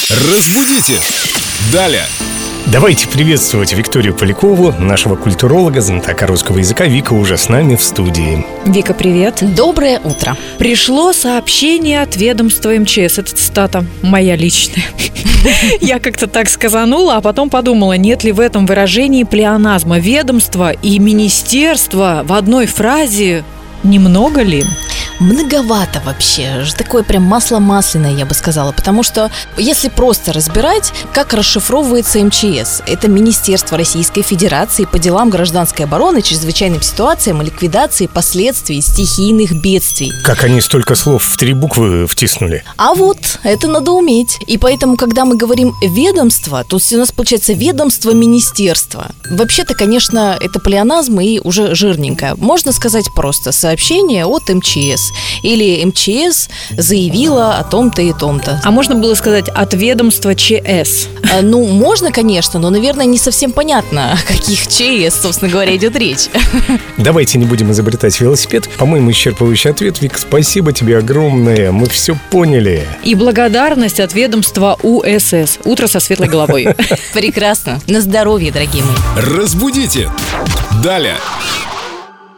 Разбудите! Далее! Давайте приветствовать Викторию Полякову, нашего культуролога, знатока русского языка. Вика уже с нами в студии. Вика, привет. Доброе утро. Пришло сообщение от ведомства МЧС. Это цитата моя личная. Я как-то так сказанула, а потом подумала, нет ли в этом выражении плеоназма. Ведомство и министерство в одной фразе немного ли? Многовато вообще, такое прям масло масляное, я бы сказала, потому что если просто разбирать, как расшифровывается МЧС, это Министерство Российской Федерации по делам гражданской обороны, чрезвычайным ситуациям и ликвидации последствий стихийных бедствий. Как они столько слов в 3 буквы втиснули? А вот, это надо уметь. И поэтому, когда мы говорим «ведомство», то у нас получается «ведомство министерства». Вообще-то, конечно, это плеоназм и уже жирненько. Можно сказать просто «сообщение от МЧС». Или МЧС заявила о том-то и том-то. А можно было сказать от ведомства ЧС? Ну, можно, конечно, но, наверное, не совсем понятно, о каких ЧС, собственно говоря, идет речь. Давайте не будем изобретать велосипед. По-моему, исчерпывающий ответ. Вик, спасибо тебе огромное. Мы все поняли. И благодарность от ведомства УСС. Утро со светлой головой. Прекрасно. На здоровье, дорогие мои. Разбудите! Далее!